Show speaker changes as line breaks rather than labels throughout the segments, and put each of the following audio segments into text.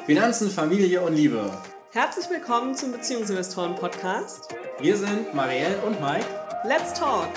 Finanzen, Familie und Liebe.
Herzlich willkommen zum Beziehungsinvestoren-Podcast.
Wir sind Marielle und Mike.
Let's talk!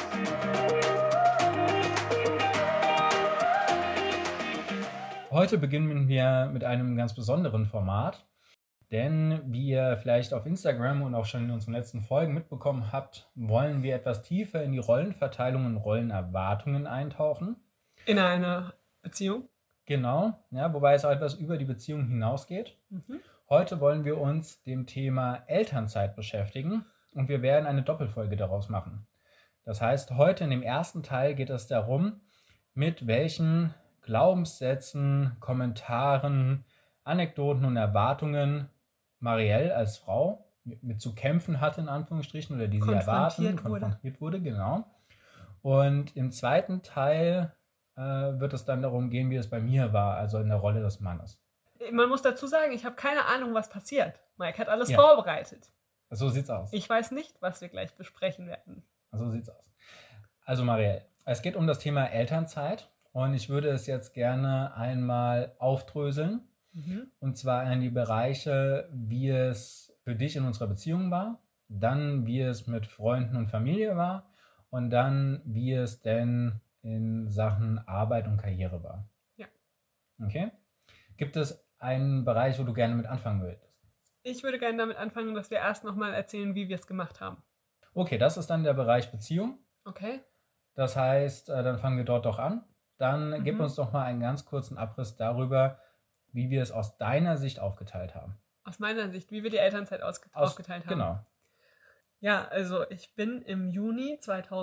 Heute beginnen wir mit einem ganz besonderen Format, denn wie ihr vielleicht auf Instagram und auch schon in unseren letzten Folgen mitbekommen habt, wollen wir etwas tiefer in die Rollenverteilung und Rollenerwartungen eintauchen.
In eine Beziehung?
Genau, ja, wobei es auch etwas über die Beziehung hinausgeht. Heute wollen wir uns dem Thema Elternzeit beschäftigen und wir werden eine Doppelfolge daraus machen. Das heißt, heute in dem ersten Teil geht es darum, mit welchen Glaubenssätzen, Kommentaren, Anekdoten und Erwartungen Marielle als Frau mit zu kämpfen hatte, in Anführungsstrichen, oder die sie konfrontiert wurde, genau. Und im zweiten Teil wird es dann darum gehen, wie es bei mir war, also in der Rolle des Mannes.
Man muss dazu sagen, ich habe keine Ahnung, was passiert. Mike hat alles vorbereitet.
So sieht's aus.
Ich weiß nicht, was wir gleich besprechen werden.
So sieht's aus. Also Marielle, es geht um das Thema Elternzeit und ich würde es jetzt gerne einmal aufdröseln. Und zwar in die Bereiche, wie es für dich in unserer Beziehung war, dann wie es mit Freunden und Familie war und dann wie es denn in Sachen Arbeit und Karriere war.
Ja.
Okay? Gibt es einen Bereich, wo du gerne mit anfangen würdest?
Ich würde gerne damit anfangen, dass wir erst nochmal erzählen, wie wir es gemacht haben.
Okay, das ist dann der Bereich Beziehung.
Okay.
Das heißt, dann fangen wir dort doch an. Dann gib uns doch mal einen ganz kurzen Abriss darüber, wie wir es aus deiner Sicht aufgeteilt haben.
Aus meiner Sicht, wie wir die Elternzeit aufgeteilt haben.
Genau.
Ja, also ich bin im Juni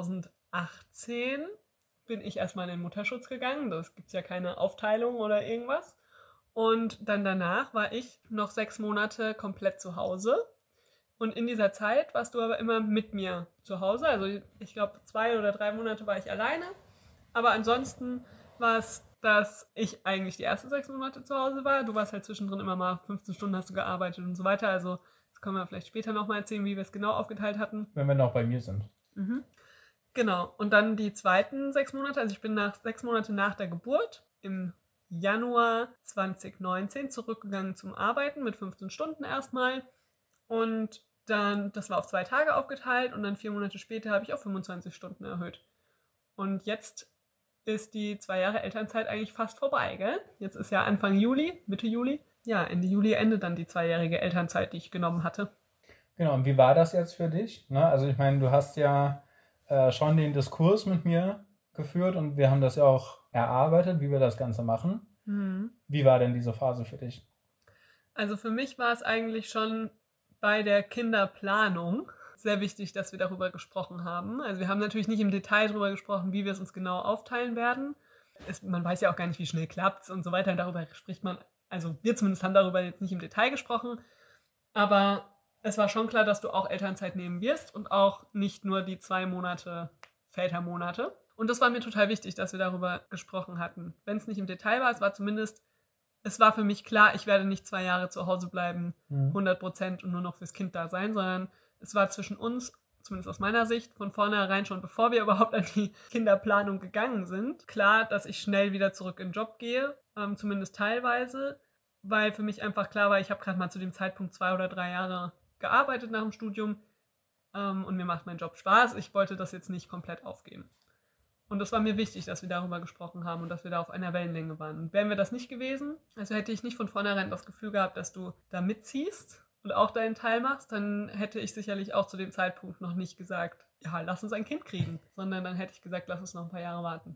2018 bin ich erstmal in den Mutterschutz gegangen. Das gibt es ja keine Aufteilung oder irgendwas. Und dann danach war ich noch 6 Monate komplett zu Hause. Und in dieser Zeit warst du aber immer mit mir zu Hause. Also ich glaube 2 oder 3 Monate war ich alleine. Aber ansonsten war es, dass ich eigentlich die ersten 6 Monate zu Hause war. Du warst halt zwischendrin immer mal 15 Stunden hast du gearbeitet und so weiter. Also das können wir vielleicht später nochmal erzählen, wie wir es genau aufgeteilt hatten.
Wenn wir noch bei mir sind.
Genau. Und dann die zweiten 6 Monate. Also ich bin 6 Monate nach der Geburt im Januar 2019 zurückgegangen zum Arbeiten mit 15 Stunden erstmal. Und dann, das war auf 2 Tage aufgeteilt und dann 4 Monate später habe ich auf 25 Stunden erhöht. Und jetzt ist die 2 Jahre Elternzeit eigentlich fast vorbei, gell? Jetzt ist ja Anfang Juli, Mitte Juli. Ja, Ende Juli endet dann die 2-jährige Elternzeit, die ich genommen hatte.
Genau, und wie war das jetzt für dich? Also ich meine, du hast ja schon den Diskurs mit mir geführt und wir haben das ja auch erarbeitet, wie wir das Ganze machen. Wie war denn diese Phase für dich?
Also für mich war es eigentlich schon bei der Kinderplanung sehr wichtig, dass wir darüber gesprochen haben. Also wir haben natürlich nicht im Detail darüber gesprochen, wie wir es uns genau aufteilen werden. Man weiß ja auch gar nicht, wie schnell klappt es und so weiter. Darüber spricht man, also wir zumindest haben darüber jetzt nicht im Detail gesprochen. Aber es war schon klar, dass du auch Elternzeit nehmen wirst und auch nicht nur die 2 Monate Vätermonate. Und das war mir total wichtig, dass wir darüber gesprochen hatten. Wenn es nicht im Detail war, es war für mich klar, ich werde nicht 2 Jahre zu Hause bleiben, 100% und nur noch fürs Kind da sein, sondern es war zwischen uns, zumindest aus meiner Sicht, von vornherein schon, bevor wir überhaupt an die Kinderplanung gegangen sind, klar, dass ich schnell wieder zurück in den Job gehe, zumindest teilweise, weil für mich einfach klar war, ich habe gerade mal zu dem Zeitpunkt 2 oder 3 Jahre gearbeitet nach dem Studium und mir macht mein Job Spaß. Ich wollte das jetzt nicht komplett aufgeben. Und es war mir wichtig, dass wir darüber gesprochen haben und dass wir da auf einer Wellenlänge waren. Und wären wir das nicht gewesen, also hätte ich nicht von vornherein das Gefühl gehabt, dass du da mitziehst und auch deinen Teil machst, dann hätte ich sicherlich auch zu dem Zeitpunkt noch nicht gesagt, ja, lass uns ein Kind kriegen, sondern dann hätte ich gesagt, lass uns noch ein paar Jahre warten.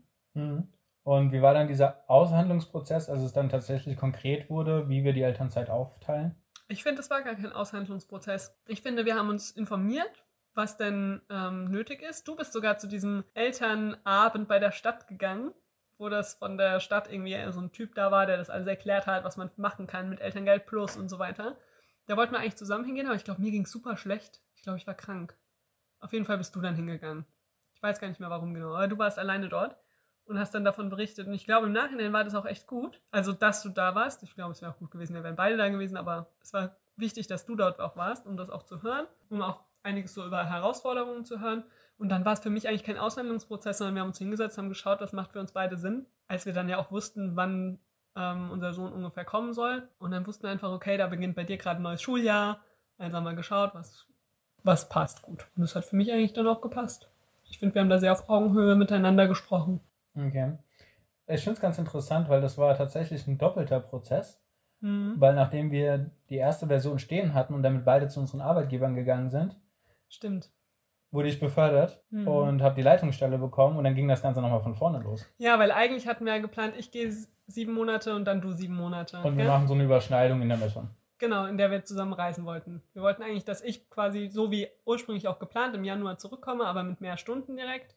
Und wie war dann dieser Aushandlungsprozess, als es dann tatsächlich konkret wurde, wie wir die Elternzeit aufteilen?
Ich finde, es war gar kein Aushandlungsprozess. Ich finde, wir haben uns informiert, was denn nötig ist. Du bist sogar zu diesem Elternabend bei der Stadt gegangen, wo das von der Stadt irgendwie so ein Typ da war, der das alles erklärt hat, was man machen kann mit Elterngeld Plus und so weiter. Da wollten wir eigentlich zusammen hingehen, aber ich glaube, mir ging es super schlecht. Ich glaube, ich war krank. Auf jeden Fall bist du dann hingegangen. Ich weiß gar nicht mehr, warum genau, aber du warst alleine dort und hast dann davon berichtet. Und ich glaube, im Nachhinein war das auch echt gut. Also, dass du da warst. Ich glaube, es wäre auch gut gewesen, wir wären beide da gewesen, aber es war wichtig, dass du dort auch warst, um das auch zu hören, um auch einiges so über Herausforderungen zu hören. Und dann war es für mich eigentlich kein Aushandlungsprozess, sondern wir haben uns hingesetzt, haben geschaut, was macht für uns beide Sinn. Als wir dann ja auch wussten, wann unser Sohn ungefähr kommen soll. Und dann wussten wir einfach, okay, da beginnt bei dir gerade ein neues Schuljahr. Also haben wir geschaut, was passt gut. Und das hat für mich eigentlich dann auch gepasst. Ich finde, wir haben da sehr auf Augenhöhe miteinander gesprochen.
Okay. Ich finde es ganz interessant, weil das war tatsächlich ein doppelter Prozess. Weil nachdem wir die erste Version stehen hatten und damit beide zu unseren Arbeitgebern gegangen sind,
Stimmt.
wurde ich befördert und habe die Leitungsstelle bekommen und dann ging das Ganze nochmal von vorne los.
Ja, weil eigentlich hatten wir ja geplant, ich gehe 7 Monate und dann du 7 Monate.
Und wir machen so eine Überschneidung in der Mitte.
Genau, in der wir zusammen reisen wollten. Wir wollten eigentlich, dass ich quasi so wie ursprünglich auch geplant im Januar zurückkomme, aber mit mehr Stunden direkt.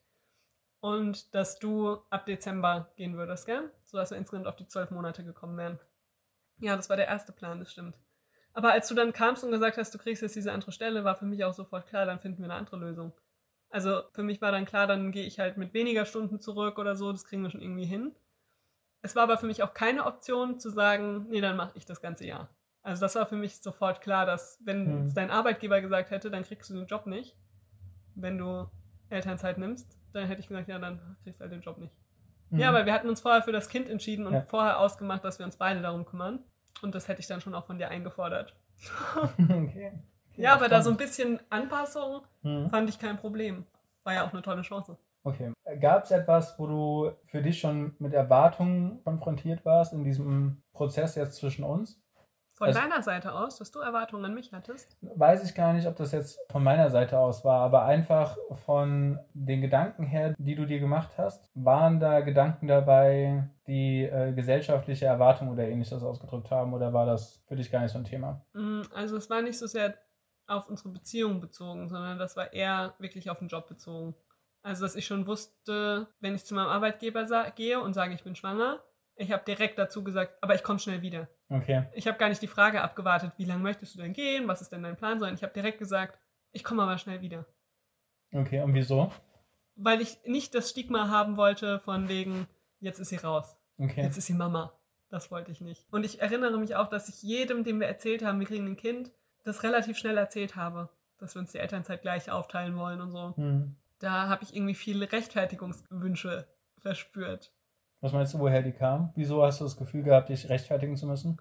Und dass du ab Dezember gehen würdest, gell? Sodass wir insgesamt auf die 12 Monate gekommen wären. Ja, das war der erste Plan, das stimmt. Aber als du dann kamst und gesagt hast, du kriegst jetzt diese andere Stelle, war für mich auch sofort klar, dann finden wir eine andere Lösung. Also für mich war dann klar, dann gehe ich halt mit weniger Stunden zurück oder so, das kriegen wir schon irgendwie hin. Es war aber für mich auch keine Option zu sagen, nee, dann mache ich das ganze Jahr. Also das war für mich sofort klar, dass wenn es dein Arbeitgeber gesagt hätte, dann kriegst du den Job nicht, wenn du Elternzeit nimmst, dann hätte ich gesagt, ja, dann kriegst du halt den Job nicht. Ja, weil wir hatten uns vorher für das Kind entschieden und vorher ausgemacht, dass wir uns beide darum kümmern. Und das hätte ich dann schon auch von dir eingefordert.
Okay.
Ja, aber da so ein bisschen Anpassung fand ich kein Problem. War ja auch eine tolle Chance.
Okay. Gab es etwas, wo du für dich schon mit Erwartungen konfrontiert warst in diesem Prozess jetzt zwischen uns?
Von deiner Seite aus, dass du Erwartungen an mich hattest?
Weiß ich gar nicht, ob das jetzt von meiner Seite aus war, aber einfach von den Gedanken her, die du dir gemacht hast, waren da Gedanken dabei, die gesellschaftliche Erwartungen oder ähnliches ausgedrückt haben, oder war das für dich gar nicht so ein Thema?
Also es war nicht so sehr auf unsere Beziehung bezogen, sondern das war eher wirklich auf den Job bezogen. Also dass ich schon wusste, wenn ich zu meinem Arbeitgeber gehe und sage, ich bin schwanger, ich habe direkt dazu gesagt, aber ich komme schnell wieder.
Okay.
Ich habe gar nicht die Frage abgewartet, wie lange möchtest du denn gehen, was ist denn dein Plan, sondern ich habe direkt gesagt, ich komme aber schnell wieder.
Okay, und wieso?
Weil ich nicht das Stigma haben wollte von wegen, jetzt ist sie raus, jetzt ist sie Mama. Das wollte ich nicht. Und ich erinnere mich auch, dass ich jedem, dem wir erzählt haben, wir kriegen ein Kind, das relativ schnell erzählt habe, dass wir uns die Elternzeit gleich aufteilen wollen und so. Da habe ich irgendwie viele Rechtfertigungswünsche verspürt.
Was meinst du, woher die kamen? Wieso hast du das Gefühl gehabt, dich rechtfertigen zu müssen?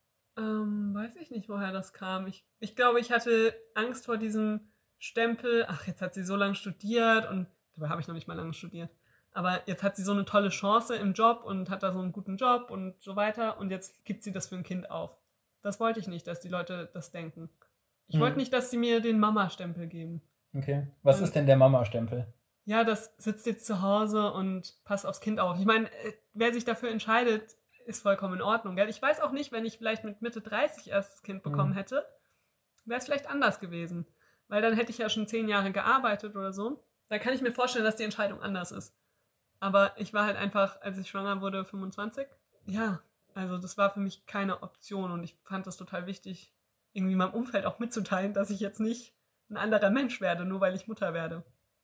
Weiß ich nicht, woher das kam. Ich glaube, ich hatte Angst vor diesem Stempel. Ach, jetzt hat sie so lange studiert und dabei habe ich noch nicht mal lange studiert. Aber jetzt hat sie so eine tolle Chance im Job und hat da so einen guten Job und so weiter und jetzt gibt sie das für ein Kind auf. Das wollte ich nicht, dass die Leute das denken. Ich wollte nicht, dass sie mir den Mama-Stempel geben.
Okay. Was ist denn der Mama-Stempel?
Ja, das sitzt jetzt zu Hause und passt aufs Kind auf. Ich meine, wer sich dafür entscheidet, ist vollkommen in Ordnung. Gell? Ich weiß auch nicht, wenn ich vielleicht mit Mitte 30 erst das Kind bekommen hätte, wäre es vielleicht anders gewesen. Weil dann hätte ich ja schon 10 Jahre gearbeitet oder so. Da kann ich mir vorstellen, dass die Entscheidung anders ist. Aber ich war halt einfach, als ich schwanger wurde, 25. Ja, also das war für mich keine Option und ich fand das total wichtig, irgendwie meinem Umfeld auch mitzuteilen, dass ich jetzt nicht ein anderer Mensch werde, nur weil ich Mutter werde.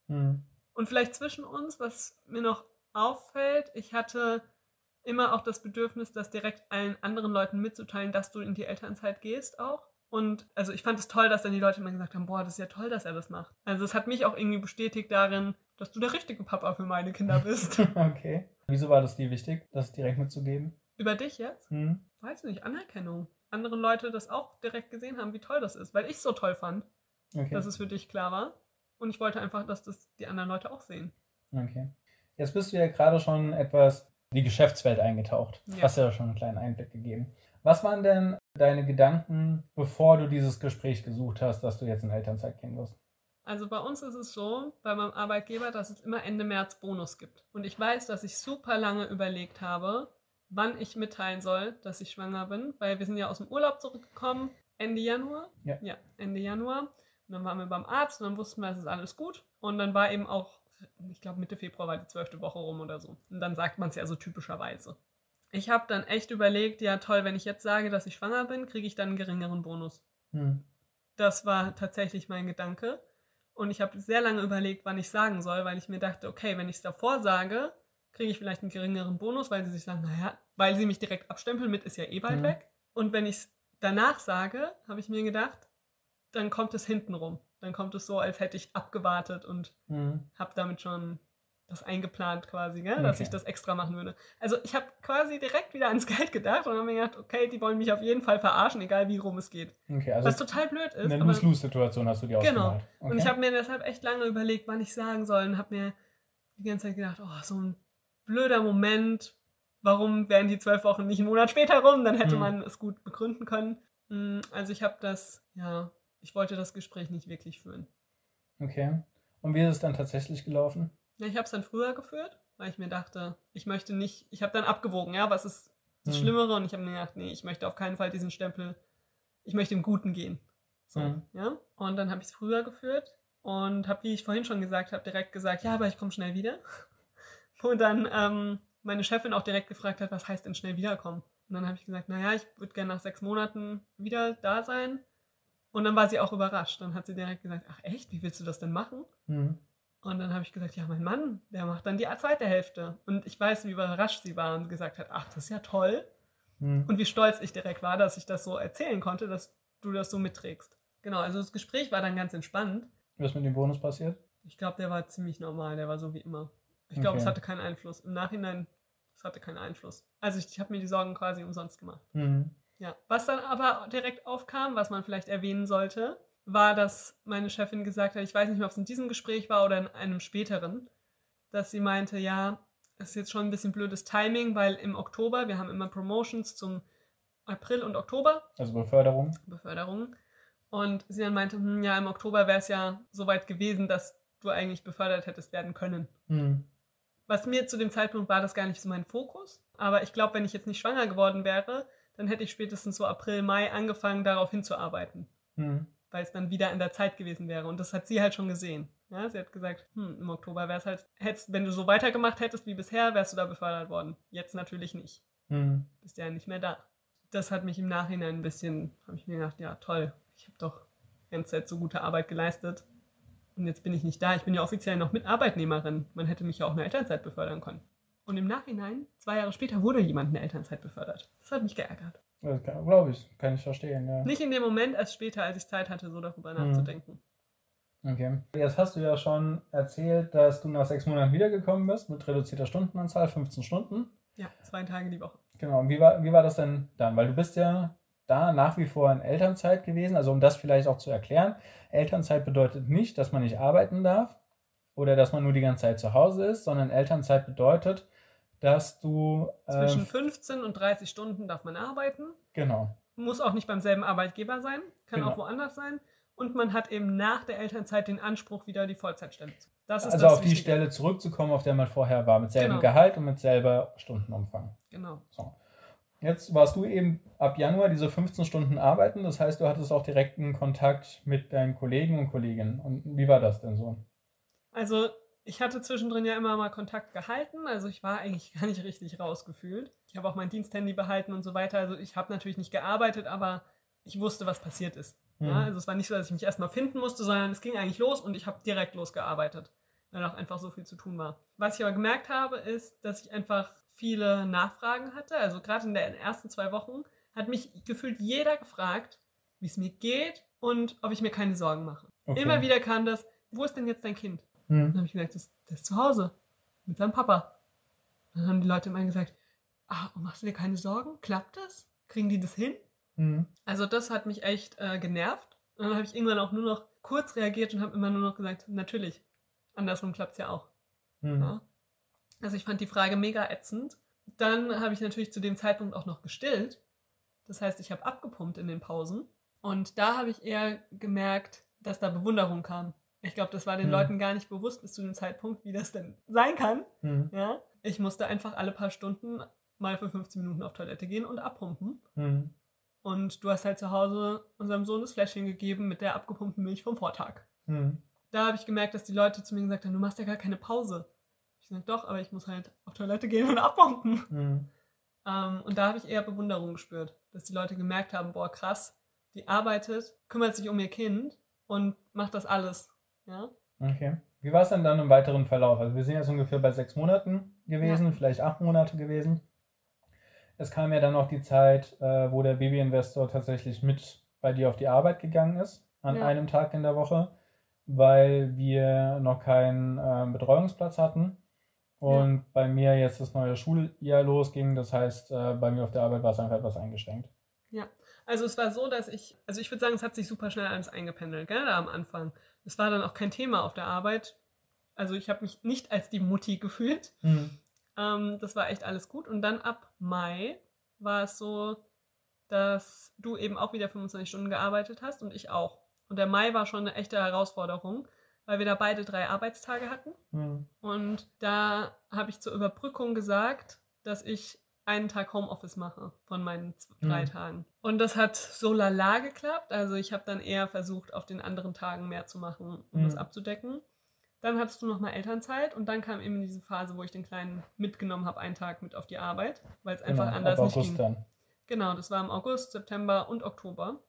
Und vielleicht zwischen uns, was mir noch auffällt, ich hatte immer auch das Bedürfnis, das direkt allen anderen Leuten mitzuteilen, dass du in die Elternzeit gehst auch. Und also ich fand es toll, dass dann die Leute immer gesagt haben, boah, das ist ja toll, dass er das macht. Also es hat mich auch irgendwie bestätigt darin, dass du der richtige Papa für meine Kinder bist.
Okay. Wieso war das dir wichtig, das direkt mitzugeben?
Über dich jetzt? Weiß nicht, Anerkennung. Andere Leute das auch direkt gesehen haben, wie toll das ist. Weil ich es so toll fand, dass es für dich klar war. Und ich wollte einfach, dass das die anderen Leute auch sehen.
Okay. Jetzt bist du ja gerade schon etwas in die Geschäftswelt eingetaucht. Ja. Hast ja schon einen kleinen Einblick gegeben. Was waren denn deine Gedanken, bevor du dieses Gespräch gesucht hast, dass du jetzt in Elternzeit gehen wirst?
Also bei uns ist es so, bei meinem Arbeitgeber, dass es immer Ende März Bonus gibt. Und ich weiß, dass ich super lange überlegt habe, wann ich mitteilen soll, dass ich schwanger bin. Weil wir sind ja aus dem Urlaub zurückgekommen, Ende Januar. Ja, Ende Januar. Und dann waren wir beim Arzt und dann wussten wir, es ist alles gut. Und dann war eben auch, ich glaube Mitte Februar war die 12. Woche rum oder so. Und dann sagt man es ja so typischerweise. Ich habe dann echt überlegt, ja toll, wenn ich jetzt sage, dass ich schwanger bin, kriege ich dann einen geringeren Bonus. Das war tatsächlich mein Gedanke. Und ich habe sehr lange überlegt, wann ich sagen soll, weil ich mir dachte, okay, wenn ich es davor sage, kriege ich vielleicht einen geringeren Bonus, weil sie sich sagen, naja, weil sie mich direkt abstempeln mit, ist ja eh bald weg. Und wenn ich es danach sage, habe ich mir gedacht, dann kommt es hinten rum. Dann kommt es so, als hätte ich abgewartet und habe damit schon das eingeplant quasi, gell? Dass ich das extra machen würde. Also ich habe quasi direkt wieder ans Geld gedacht und habe mir gedacht, okay, die wollen mich auf jeden Fall verarschen, egal wie rum es geht.
Okay, also
was total blöd ist.
Eine Lose-Lose-Situation hast du dir ausgemalt.
Genau. Und ich habe mir deshalb echt lange überlegt, wann ich sagen soll und habe mir die ganze Zeit gedacht, oh, so ein blöder Moment, warum wären die 12 Wochen nicht einen Monat später rum? Dann hätte man es gut begründen können. Also ich wollte das Gespräch nicht wirklich führen.
Okay. Und wie ist es dann tatsächlich gelaufen?
Ja, ich habe es dann früher geführt, weil ich mir dachte, ich möchte nicht, ich habe dann abgewogen, ja, was ist das Schlimmere? Und ich habe mir gedacht, nee, ich möchte auf keinen Fall diesen Stempel, ich möchte im Guten gehen. So, ja. Und dann habe ich es früher geführt und habe, wie ich vorhin schon gesagt habe, direkt gesagt, ja, aber ich komme schnell wieder. Und dann meine Chefin auch direkt gefragt hat, was heißt denn schnell wiederkommen? Und dann habe ich gesagt, naja, ich würde gerne nach 6 Monaten wieder da sein. Und dann war sie auch überrascht. Dann hat sie direkt gesagt, ach echt, wie willst du das denn machen? Und dann habe ich gesagt, ja, mein Mann, der macht dann die zweite Hälfte. Und ich weiß, wie überrascht sie war und gesagt hat, ach, das ist ja toll. Und wie stolz ich direkt war, dass ich das so erzählen konnte, dass du das so mitträgst. Genau, also das Gespräch war dann ganz entspannt.
Was mit dem Bonus passiert?
Ich glaube, der war ziemlich normal, der war so wie immer. Ich glaube, es hatte keinen Einfluss. Im Nachhinein, es hatte keinen Einfluss. Also ich habe mir die Sorgen quasi umsonst gemacht. Ja. Was dann aber direkt aufkam, was man vielleicht erwähnen sollte, war, dass meine Chefin gesagt hat, ich weiß nicht mehr, ob es in diesem Gespräch war oder in einem späteren, dass sie meinte, ja, es ist jetzt schon ein bisschen blödes Timing, weil im Oktober, wir haben immer Promotions zum April und Oktober.
Also Beförderung.
Und sie dann meinte, ja, im Oktober wäre es ja soweit gewesen, dass du eigentlich befördert hättest werden können. Was mir zu dem Zeitpunkt war das gar nicht so mein Fokus. Aber ich glaube, wenn ich jetzt nicht schwanger geworden wäre, dann hätte ich spätestens so April, Mai angefangen, darauf hinzuarbeiten. Weil es dann wieder in der Zeit gewesen wäre. Und das hat sie halt schon gesehen. Ja, sie hat gesagt, im Oktober wäre es halt, wenn du so weitergemacht hättest wie bisher, wärst du da befördert worden. Jetzt natürlich nicht. Bist ja nicht mehr da. Das hat mich im Nachhinein ein bisschen, habe ich mir gedacht, ja toll, ich habe doch die ganze Zeit so gute Arbeit geleistet. Und jetzt bin ich nicht da. Ich bin ja offiziell noch Mitarbeitnehmerin. Man hätte mich ja auch in der Elternzeit befördern können. Und im Nachhinein, 2 Jahre später, wurde jemand in der Elternzeit befördert. Das hat mich geärgert.
Das glaube ich, kann ich verstehen, ja.
Nicht in dem Moment, erst später, als ich Zeit hatte, so darüber nachzudenken.
Okay. Jetzt hast du ja schon erzählt, dass du nach 6 Monaten wiedergekommen bist, mit reduzierter Stundenanzahl, 15 Stunden.
Ja, 2 Tage die Woche.
Genau, und wie war das denn dann? Weil du bist ja da nach wie vor in Elternzeit gewesen, also um das vielleicht auch zu erklären. Elternzeit bedeutet nicht, dass man nicht arbeiten darf oder dass man nur die ganze Zeit zu Hause ist, sondern Elternzeit bedeutet, dass du...
Zwischen 15 und 30 Stunden darf man arbeiten.
Genau.
Muss auch nicht beim selben Arbeitgeber sein, kann auch woanders sein. Und man hat eben nach der Elternzeit den Anspruch, wieder die Vollzeitstelle zu. Das ist
also
das
auf die
Wichtige.
Stelle zurückzukommen, auf der man vorher war, mit selben Gehalt und mit selber Stundenumfang.
Genau.
So. Jetzt warst du eben ab Januar diese 15 Stunden arbeiten, das heißt, du hattest auch direkten Kontakt mit deinen Kollegen und Kolleginnen. Und wie war das denn so?
Also ich hatte zwischendrin ja immer mal Kontakt gehalten, also ich war eigentlich gar nicht richtig rausgefühlt. Ich habe auch mein Diensthandy behalten und so weiter, also ich habe natürlich nicht gearbeitet, aber ich wusste, was passiert ist. Ja, also es war nicht so, dass ich mich erstmal finden musste, sondern es ging eigentlich los und ich habe direkt losgearbeitet, weil auch einfach so viel zu tun war. Was ich aber gemerkt habe, ist, dass ich einfach viele Nachfragen hatte. Also gerade in den ersten 2 Wochen hat mich gefühlt jeder gefragt, wie es mir geht und ob ich mir keine Sorgen mache. Okay. Immer wieder kam das, wo ist denn jetzt dein Kind? Dann habe ich gesagt, das ist zu Hause mit seinem Papa. Dann haben die Leute immer gesagt, machst du dir keine Sorgen? Klappt das? Kriegen die das hin? Also das hat mich echt genervt. Und dann habe ich irgendwann auch nur noch kurz reagiert und habe immer nur noch gesagt, natürlich, andersrum klappt es ja auch. Ja? Also ich fand die Frage mega ätzend. Dann habe ich natürlich zu dem Zeitpunkt auch noch gestillt. Das heißt, ich habe abgepumpt in den Pausen. Und da habe ich eher gemerkt, dass da Bewunderung kam. Ich glaube, das war den Leuten gar nicht bewusst bis zu dem Zeitpunkt, wie das denn sein kann. Ja? Ich musste einfach alle paar Stunden mal für 15 Minuten auf Toilette gehen und abpumpen. Und du hast halt zu Hause unserem Sohn das Fläschchen gegeben mit der abgepumpten Milch vom Vortag. Da habe ich gemerkt, dass die Leute zu mir gesagt haben, du machst ja gar keine Pause. Ich sage, doch, aber ich muss halt auf Toilette gehen und abpumpen. Und da habe ich eher Bewunderung gespürt, dass die Leute gemerkt haben, boah, krass, die arbeitet, kümmert sich um ihr Kind und macht das alles. Ja?
Okay. Wie war es denn dann im weiteren Verlauf? Also wir sind jetzt ungefähr bei 6 Monaten gewesen, vielleicht 8 Monate gewesen. Es kam ja dann noch die Zeit, wo der Babyinvestor tatsächlich mit bei dir auf die Arbeit gegangen ist, an einem Tag in der Woche, weil wir noch keinen Betreuungsplatz hatten. Und bei mir jetzt das neue Schuljahr losging. Das heißt, bei mir auf der Arbeit war es einfach etwas eingeschränkt.
Ja, also es war so, dass ich würde sagen, es hat sich super schnell alles eingependelt, gell, da am Anfang. Es war dann auch kein Thema auf der Arbeit. Also ich habe mich nicht als die Mutti gefühlt. Das war echt alles gut. Und dann ab Mai war es so, dass du eben auch wieder 25 Stunden gearbeitet hast und ich auch. Und der Mai war schon eine echte Herausforderung, weil wir da beide 3 Arbeitstage hatten. Und da habe ich zur Überbrückung gesagt, dass ich einen Tag Homeoffice mache von meinen 3 Tagen. Und das hat so lala geklappt. Also ich habe dann eher versucht, auf den anderen Tagen mehr zu machen, um das abzudecken. Dann hattest du nochmal Elternzeit und dann kam eben diese Phase, wo ich den Kleinen mitgenommen habe, einen Tag mit auf die Arbeit, weil es einfach anders
ab
nicht
August
ging.
Dann.
Genau, das war im August, September und Oktober.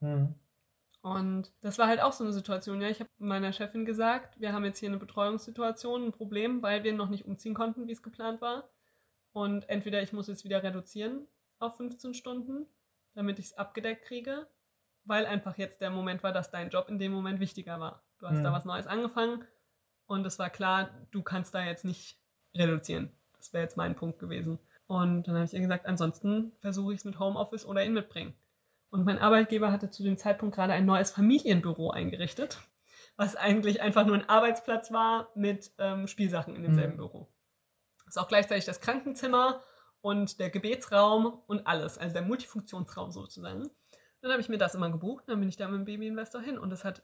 Und das war halt auch so eine Situation. Ja, ich habe meiner Chefin gesagt, wir haben jetzt hier eine Betreuungssituation, ein Problem, weil wir noch nicht umziehen konnten, wie es geplant war. Und entweder ich muss jetzt wieder reduzieren auf 15 Stunden, damit ich es abgedeckt kriege, weil einfach jetzt der Moment war, dass dein Job in dem Moment wichtiger war. Du hast da was Neues angefangen und es war klar, du kannst da jetzt nicht reduzieren. Das wäre jetzt mein Punkt gewesen. Und dann habe ich ihr gesagt, ansonsten versuche ich es mit Homeoffice oder ihn mitbringen. Und mein Arbeitgeber hatte zu dem Zeitpunkt gerade ein neues Familienbüro eingerichtet, was eigentlich einfach nur ein Arbeitsplatz war mit Spielsachen in demselben Büro. Das ist auch gleichzeitig das Krankenzimmer und der Gebetsraum und alles, also der Multifunktionsraum sozusagen. Dann habe ich mir das immer gebucht, dann bin ich da mit dem Baby-Investor hin und das hat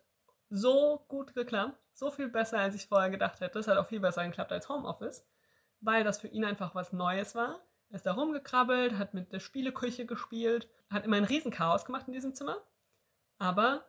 so gut geklappt, so viel besser, als ich vorher gedacht hätte. Es hat auch viel besser geklappt als Homeoffice, weil das für ihn einfach was Neues war. Er ist da rumgekrabbelt, hat mit der Spieleküche gespielt, hat immer ein Riesenchaos gemacht in diesem Zimmer, aber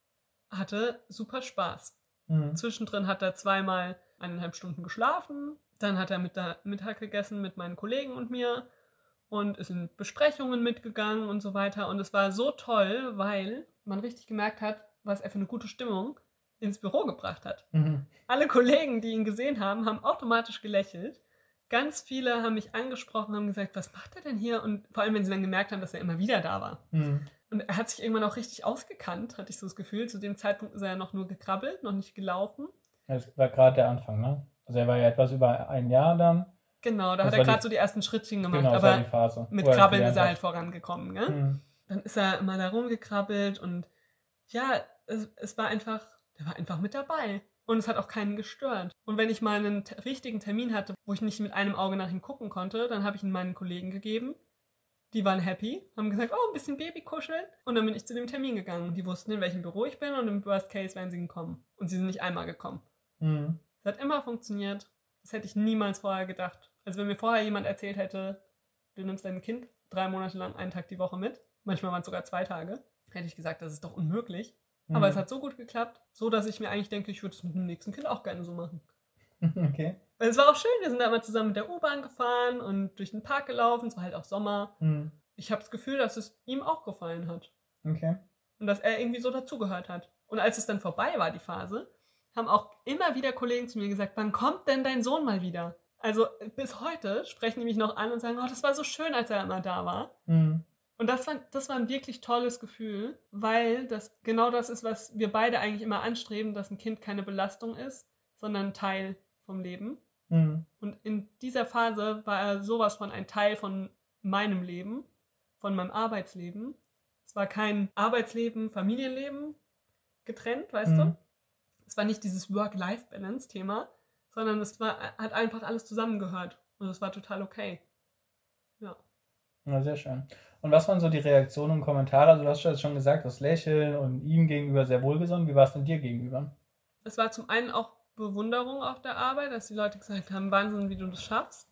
hatte super Spaß. Zwischendrin hat er 2-mal 1,5 Stunden geschlafen, dann hat er Mittag gegessen mit meinen Kollegen und mir und ist in Besprechungen mitgegangen und so weiter. Und es war so toll, weil man richtig gemerkt hat, was er für eine gute Stimmung ins Büro gebracht hat. Alle Kollegen, die ihn gesehen haben, haben automatisch gelächelt. Ganz viele haben mich angesprochen, haben gesagt, was macht er denn hier? Und vor allem, wenn sie dann gemerkt haben, dass er immer wieder da war. Und er hat sich irgendwann auch richtig ausgekannt, hatte ich so das Gefühl. Zu dem Zeitpunkt ist er ja noch nur gekrabbelt, noch nicht gelaufen.
Das war gerade der Anfang, ne? Also er war ja etwas über ein Jahr dann.
Genau, da hat er gerade so die ersten Schrittchen gemacht,
genau,
aber
die Phase,
mit Krabbeln ist er halt vorangekommen. Gell? Dann ist er immer da rumgekrabbelt und ja, es war einfach, der war einfach mit dabei. Und es hat auch keinen gestört. Und wenn ich mal einen richtigen Termin hatte, wo ich nicht mit einem Auge nach ihm gucken konnte, dann habe ich ihn meinen Kollegen gegeben. Die waren happy, haben gesagt, oh, ein bisschen Baby kuscheln. Und dann bin ich zu dem Termin gegangen. Die wussten, in welchem Büro ich bin und im Worst Case wären sie gekommen. Und sie sind nicht einmal gekommen. Es hat immer funktioniert. Das hätte ich niemals vorher gedacht. Also wenn mir vorher jemand erzählt hätte, du nimmst dein Kind 3 Monate lang einen Tag die Woche mit, manchmal waren es sogar 2 Tage, hätte ich gesagt, das ist doch unmöglich. Aber es hat so gut geklappt, so dass ich mir eigentlich denke, ich würde es mit dem nächsten Kind auch gerne so machen.
Okay.
Weil es war auch schön, wir sind da immer zusammen mit der U-Bahn gefahren und durch den Park gelaufen, es war halt auch Sommer. Ich habe das Gefühl, dass es ihm auch gefallen hat.
Okay.
Und dass er irgendwie so dazugehört hat. Und als es dann vorbei war, die Phase, haben auch immer wieder Kollegen zu mir gesagt, wann kommt denn dein Sohn mal wieder? Also bis heute sprechen die mich noch an und sagen, oh, das war so schön, als er immer da war. Und das war ein wirklich tolles Gefühl, weil das genau das ist, was wir beide eigentlich immer anstreben, dass ein Kind keine Belastung ist, sondern ein Teil vom Leben. Und in dieser Phase war er sowas von ein Teil von meinem Leben, von meinem Arbeitsleben. Es war kein Arbeitsleben, Familienleben getrennt, weißt du? Es war nicht dieses Work-Life-Balance-Thema, sondern hat einfach alles zusammengehört. Und es war total okay. Ja.
Ja, sehr schön. Und was waren so die Reaktionen und Kommentare? Also du hast jetzt schon gesagt, das Lächeln und ihm gegenüber sehr wohlgesonnen. Wie war es denn dir gegenüber?
Es war zum einen auch Bewunderung auf der Arbeit, dass die Leute gesagt haben, Wahnsinn, wie du das schaffst.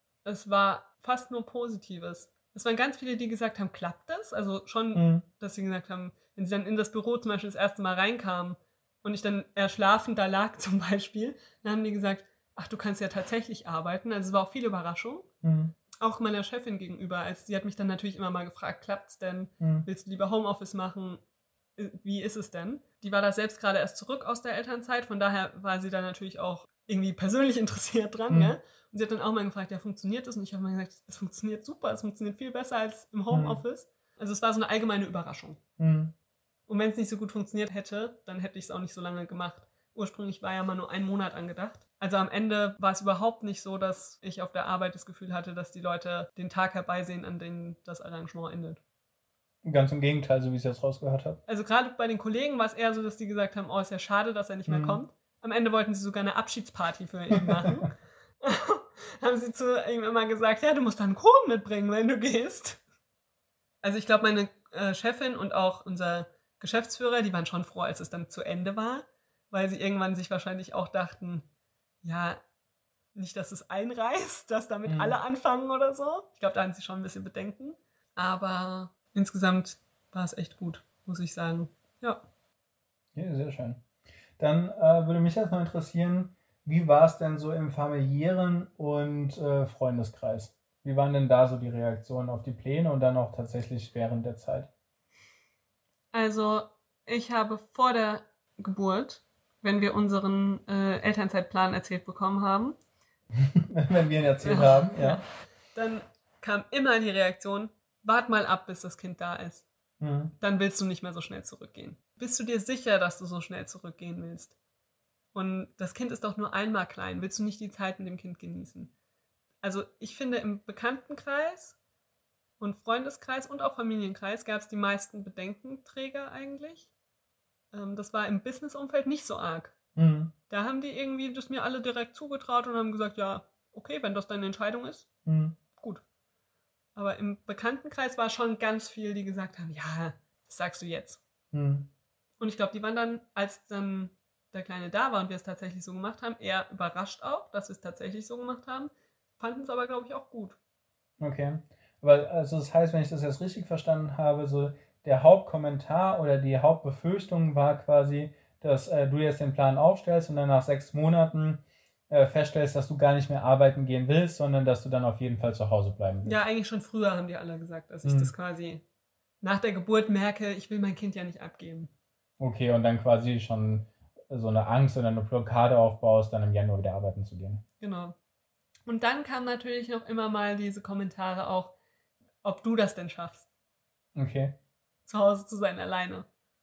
Es war fast nur Positives. Es waren ganz viele, die gesagt haben, klappt das? Also schon, dass sie gesagt haben, wenn sie dann in das Büro zum Beispiel das erste Mal reinkamen und ich dann eher schlafend da lag zum Beispiel, dann haben die gesagt, ach, du kannst ja tatsächlich arbeiten. Also es war auch viel Überraschung. Auch meiner Chefin gegenüber. Sie hat mich dann natürlich immer mal gefragt, klappt's denn? Willst du lieber Homeoffice machen? Wie ist es denn? Die war da selbst gerade erst zurück aus der Elternzeit, von daher war sie da natürlich auch irgendwie persönlich interessiert dran. Gell? Und sie hat dann auch mal gefragt, ja, funktioniert das? Und ich habe mal gesagt, es funktioniert super, es funktioniert viel besser als im Homeoffice. Also es war so eine allgemeine Überraschung. Und wenn es nicht so gut funktioniert hätte, dann hätte ich es auch nicht so lange gemacht. Ursprünglich war ja mal nur 1 Monat angedacht. Also am Ende war es überhaupt nicht so, dass ich auf der Arbeit das Gefühl hatte, dass die Leute den Tag herbeisehen, an dem das Arrangement endet.
Ganz im Gegenteil, so wie ich es jetzt rausgehört habe.
Also gerade bei den Kollegen war es eher so, dass die gesagt haben, oh, ist ja schade, dass er nicht mehr kommt. Am Ende wollten sie sogar eine Abschiedsparty für ihn machen. Haben sie zu ihm immer gesagt, ja, du musst dann einen Kuchen mitbringen, wenn du gehst. Also ich glaube, meine Chefin und auch unser Geschäftsführer, die waren schon froh, als es dann zu Ende war, weil sie irgendwann sich wahrscheinlich auch dachten, ja, nicht, dass es einreißt, dass damit alle anfangen oder so. Ich glaube, da haben sie schon ein bisschen Bedenken. Aber insgesamt war es echt gut, muss ich sagen. Ja.
Ja, sehr schön. Dann würde mich jetzt mal interessieren, wie war es denn so im familiären und Freundeskreis? Wie waren denn da so die Reaktionen auf die Pläne und dann auch tatsächlich während der Zeit?
Also, ich habe vor der Geburt, wenn wir unseren Elternzeitplan erzählt bekommen haben,
Wenn wir ihn erzählt haben, ja.
dann kam immer die Reaktion, wart mal ab, bis das Kind da ist. Dann willst du nicht mehr so schnell zurückgehen. Bist du dir sicher, dass du so schnell zurückgehen willst? Und das Kind ist doch nur einmal klein. Willst du nicht die Zeit mit dem Kind genießen? Also ich finde, im Bekanntenkreis und Freundeskreis und auch Familienkreis gab es die meisten Bedenkenträger eigentlich. Das war im Businessumfeld nicht so arg. Da haben die irgendwie das mir alle direkt zugetraut und haben gesagt, ja, okay, wenn das deine Entscheidung ist, gut. Aber im Bekanntenkreis war schon ganz viel, die gesagt haben, ja, das sagst du jetzt. Und ich glaube, die waren dann, als dann der Kleine da war und wir es tatsächlich so gemacht haben, eher überrascht auch, dass wir es tatsächlich so gemacht haben, fanden es aber, glaube ich, auch gut.
Okay. Aber also das heißt, wenn ich das jetzt richtig verstanden habe, so der Hauptkommentar oder die Hauptbefürchtung war quasi, dass du jetzt den Plan aufstellst und dann nach 6 Monaten feststellst, dass du gar nicht mehr arbeiten gehen willst, sondern dass du dann auf jeden Fall zu Hause bleiben willst.
Ja, eigentlich schon früher haben die alle gesagt, dass ich das quasi nach der Geburt merke, ich will mein Kind ja nicht abgeben.
Okay, und dann quasi schon so eine Angst oder eine Blockade aufbaust, dann im Januar wieder arbeiten zu gehen.
Genau. Und dann kamen natürlich noch immer mal diese Kommentare auch, ob du das denn schaffst.
Okay.
Zu Hause zu sein, alleine.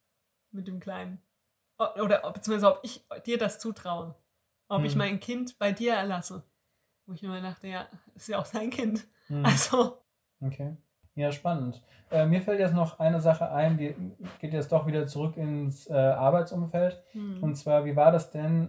Mit dem Kleinen. Oder beziehungsweise ob ich dir das zutraue. Ob ich mein Kind bei dir erlasse. Wo ich immer dachte, ja, ist ja auch sein Kind. Also.
Okay. Ja, spannend. Mir fällt jetzt noch eine Sache ein, die geht jetzt doch wieder zurück ins Arbeitsumfeld. Und zwar, wie war das denn?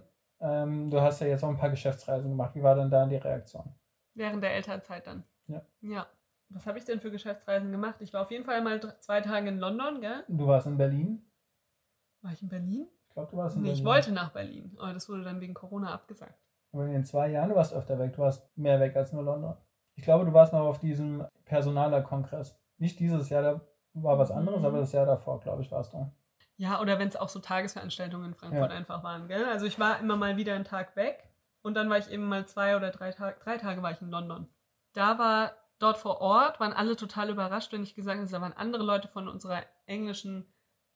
Du hast ja jetzt auch ein paar Geschäftsreisen gemacht. Wie war denn da die Reaktion?
Während der Elternzeit dann?
Ja.
Was habe ich denn für Geschäftsreisen gemacht? Ich war auf jeden Fall mal 2 Tage in London, gell?
Du warst in Berlin?
War ich in Berlin?
Ich glaube, du warst in Berlin.
Ich wollte nach Berlin, aber das wurde dann wegen Corona abgesagt.
Aber in den 2 Jahren, du warst öfter weg. Du warst mehr weg als nur London. Ich glaube, du warst noch auf diesem Personaler-Kongress. Nicht dieses Jahr, da war was anderes, aber das Jahr davor, glaube ich, warst du.
Ja, oder wenn es auch so Tagesveranstaltungen in Frankfurt einfach waren, gell? Also ich war immer mal wieder einen Tag weg und dann war ich eben mal 2 oder 3 Tage, 3 Tage war ich in London. Da war dort vor Ort, waren alle total überrascht, wenn ich gesagt habe, da waren andere Leute von unserer englischen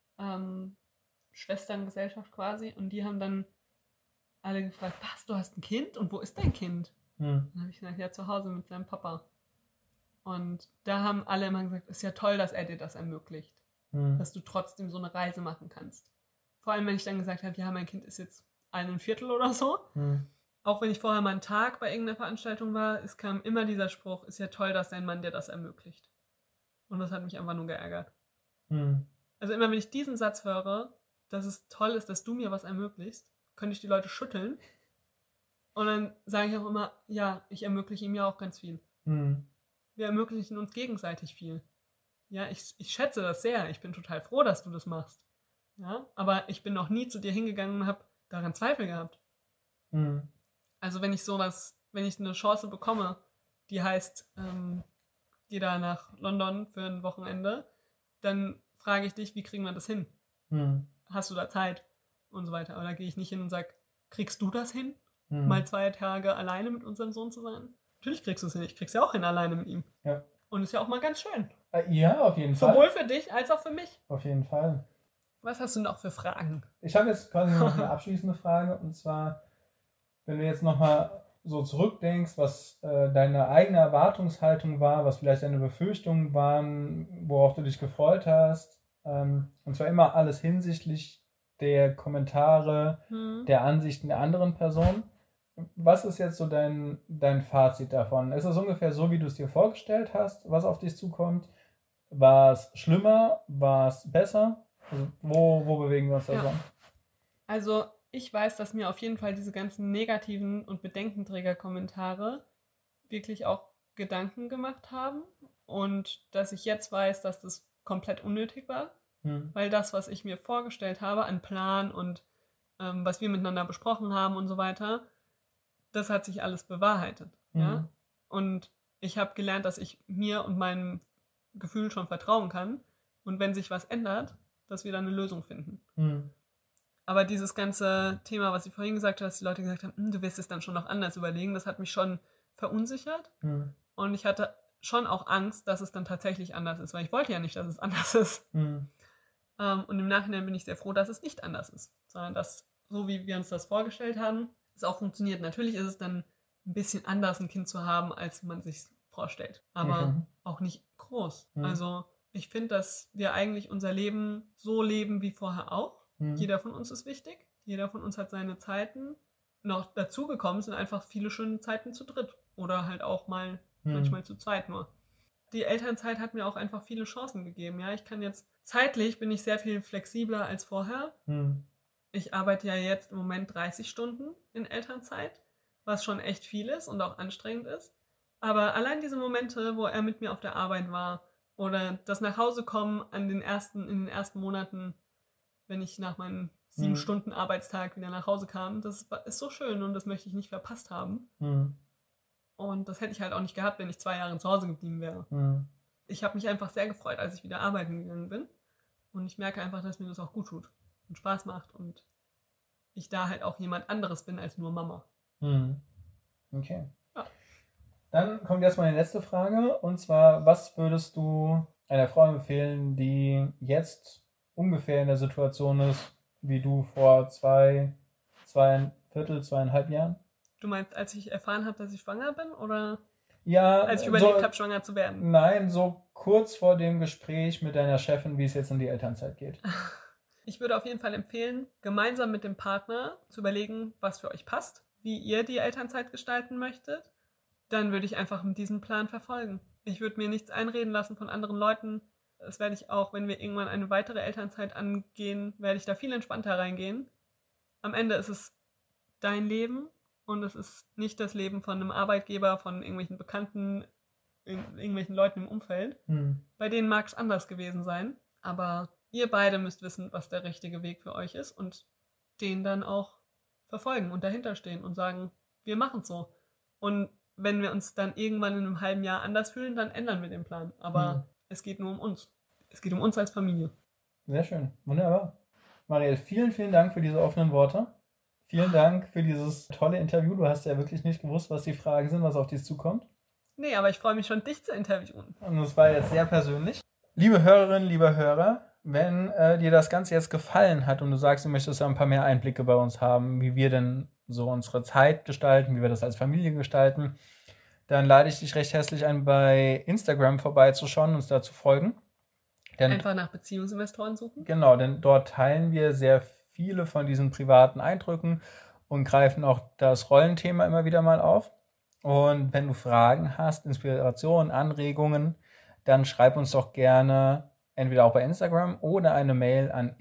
Schwesterngesellschaft quasi und die haben dann alle gefragt, was, du hast ein Kind? Und wo ist dein Kind? Dann habe ich gesagt, ja, zu Hause mit seinem Papa. Und da haben alle immer gesagt, ist ja toll, dass er dir das ermöglicht. Dass du trotzdem so eine Reise machen kannst. Vor allem, wenn ich dann gesagt habe, ja, mein Kind ist jetzt 1,25 oder so. Auch wenn ich vorher mal einen Tag bei irgendeiner Veranstaltung war, es kam immer dieser Spruch, ist ja toll, dass dein Mann dir das ermöglicht. Und das hat mich einfach nur geärgert. Also immer, wenn ich diesen Satz höre, dass es toll ist, dass du mir was ermöglichst, könnte ich die Leute schütteln. Und dann sage ich auch immer, ja, ich ermögliche ihm ja auch ganz viel. Wir ermöglichen uns gegenseitig viel. Ja, ich schätze das sehr. Ich bin total froh, dass du das machst. Ja, aber ich bin noch nie zu dir hingegangen und habe daran Zweifel gehabt. Also wenn ich eine Chance bekomme, die heißt, geh da nach London für ein Wochenende, dann frage ich dich, wie kriegen wir das hin? Hast du da Zeit? Und so weiter. Oder gehe ich nicht hin und sage, kriegst du das hin? Mal 2 Tage alleine mit unserem Sohn zu sein? Natürlich kriegst du es hin. Ich krieg's ja auch hin, alleine mit ihm.
Ja.
Und ist ja auch mal ganz schön.
Ja, auf jeden Fall.
Sowohl für dich als auch für mich.
Auf jeden Fall.
Was hast du noch für Fragen?
Ich habe jetzt quasi noch eine abschließende Frage. Und zwar, wenn du jetzt nochmal so zurückdenkst, was deine eigene Erwartungshaltung war, was vielleicht deine Befürchtungen waren, worauf du dich gefreut hast. Und zwar immer alles hinsichtlich der Kommentare, der Ansichten der anderen Person. Was ist jetzt so dein Fazit davon? Ist es ungefähr so, wie du es dir vorgestellt hast, was auf dich zukommt? War es schlimmer? War es besser? Also wo bewegen wir uns da so?
Also ich weiß, dass mir auf jeden Fall diese ganzen negativen und Bedenkenträger-Kommentare wirklich auch Gedanken gemacht haben und dass ich jetzt weiß, dass das komplett unnötig war, weil das, was ich mir vorgestellt habe an Plan und was wir miteinander besprochen haben und so weiter, das hat sich alles bewahrheitet. Ja? Und ich habe gelernt, dass ich mir und meinem Gefühl schon vertrauen kann und wenn sich was ändert, dass wir dann eine Lösung finden. Aber dieses ganze Thema, was ich vorhin gesagt habe, dass die Leute gesagt haben, du wirst es dann schon noch anders überlegen, das hat mich schon verunsichert. Und ich hatte schon auch Angst, dass es dann tatsächlich anders ist, weil ich wollte ja nicht, dass es anders ist. Und im Nachhinein bin ich sehr froh, dass es nicht anders ist, sondern dass, so wie wir uns das vorgestellt haben, es auch funktioniert. Natürlich ist es dann ein bisschen anders, ein Kind zu haben, als man sich vorstellt. Aber auch nicht groß. Also ich finde, dass wir eigentlich unser Leben so leben wie vorher auch. Jeder von uns ist wichtig. Jeder von uns hat seine Zeiten. Noch dazugekommen sind einfach viele schöne Zeiten zu dritt. Oder halt auch mal manchmal zu zweit nur. Die Elternzeit hat mir auch einfach viele Chancen gegeben. Ja, ich kann jetzt, zeitlich bin ich sehr viel flexibler als vorher. Ich arbeite ja jetzt im Moment 30 Stunden in Elternzeit, was schon echt viel ist und auch anstrengend ist. Aber allein diese Momente, wo er mit mir auf der Arbeit war oder das Nachhausekommen in den ersten Monaten, wenn ich nach meinem 7 Stunden Arbeitstag wieder nach Hause kam, das ist so schön und das möchte ich nicht verpasst haben. Und das hätte ich halt auch nicht gehabt, wenn ich 2 Jahre zu Hause geblieben wäre. Ich habe mich einfach sehr gefreut, als ich wieder arbeiten gegangen bin. Und ich merke einfach, dass mir das auch gut tut und Spaß macht und ich da halt auch jemand anderes bin als nur Mama.
Okay.
Ja.
Dann kommt erstmal die letzte Frage und zwar, was würdest du einer Frau empfehlen, die jetzt ungefähr in der Situation ist, wie du vor 2,25 Jahren?
Du meinst, als ich erfahren habe, dass ich schwanger bin oder
ja,
als ich überlegt habe, schwanger zu werden?
Nein, so kurz vor dem Gespräch mit deiner Chefin, wie es jetzt in die Elternzeit geht.
Ich würde auf jeden Fall empfehlen, gemeinsam mit dem Partner zu überlegen, was für euch passt, wie ihr die Elternzeit gestalten möchtet. Dann würde ich einfach mit diesem Plan verfolgen. Ich würde mir nichts einreden lassen von anderen Leuten. Das werde ich auch, wenn wir irgendwann eine weitere Elternzeit angehen, werde ich da viel entspannter reingehen. Am Ende ist es dein Leben und es ist nicht das Leben von einem Arbeitgeber, von irgendwelchen Bekannten, irgendwelchen Leuten im Umfeld. Bei denen mag es anders gewesen sein, aber ihr beide müsst wissen, was der richtige Weg für euch ist und den dann auch verfolgen und dahinter stehen und sagen, wir machen es so. Und wenn wir uns dann irgendwann in einem halben Jahr anders fühlen, dann ändern wir den Plan. Aber es geht nur um uns. Es geht um uns als Familie.
Sehr schön. Wunderbar. Marielle, vielen, vielen Dank für diese offenen Worte. Vielen Dank für dieses tolle Interview. Du hast ja wirklich nicht gewusst, was die Fragen sind, was auf dich zukommt.
Nee, aber ich freue mich schon, dich zu interviewen.
Und das war jetzt sehr persönlich. Liebe Hörerinnen, liebe Hörer, wenn dir das Ganze jetzt gefallen hat und du sagst, du möchtest ja ein paar mehr Einblicke bei uns haben, wie wir denn so unsere Zeit gestalten, wie wir das als Familie gestalten, dann lade ich dich recht herzlich ein, bei Instagram vorbeizuschauen und uns da zu folgen.
Einfach nach Beziehungsinvestoren suchen?
Genau, denn dort teilen wir sehr viele von diesen privaten Eindrücken und greifen auch das Rollenthema immer wieder mal auf. Und wenn du Fragen hast, Inspirationen, Anregungen, dann schreib uns doch gerne entweder auch bei Instagram oder eine Mail an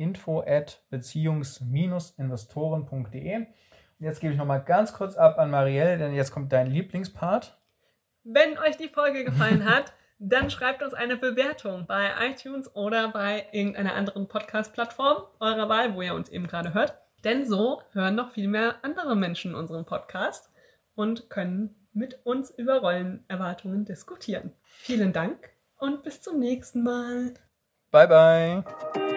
info@beziehungs-investoren.de. Und jetzt gebe ich nochmal ganz kurz ab an Marielle, denn jetzt kommt dein Lieblingspart.
Wenn euch die Folge gefallen hat, dann schreibt uns eine Bewertung bei iTunes oder bei irgendeiner anderen Podcast-Plattform eurer Wahl, wo ihr uns eben gerade hört. Denn so hören noch viel mehr andere Menschen unseren Podcast und können mit uns über Rollenerwartungen diskutieren. Vielen Dank und bis zum nächsten Mal.
Bye, bye.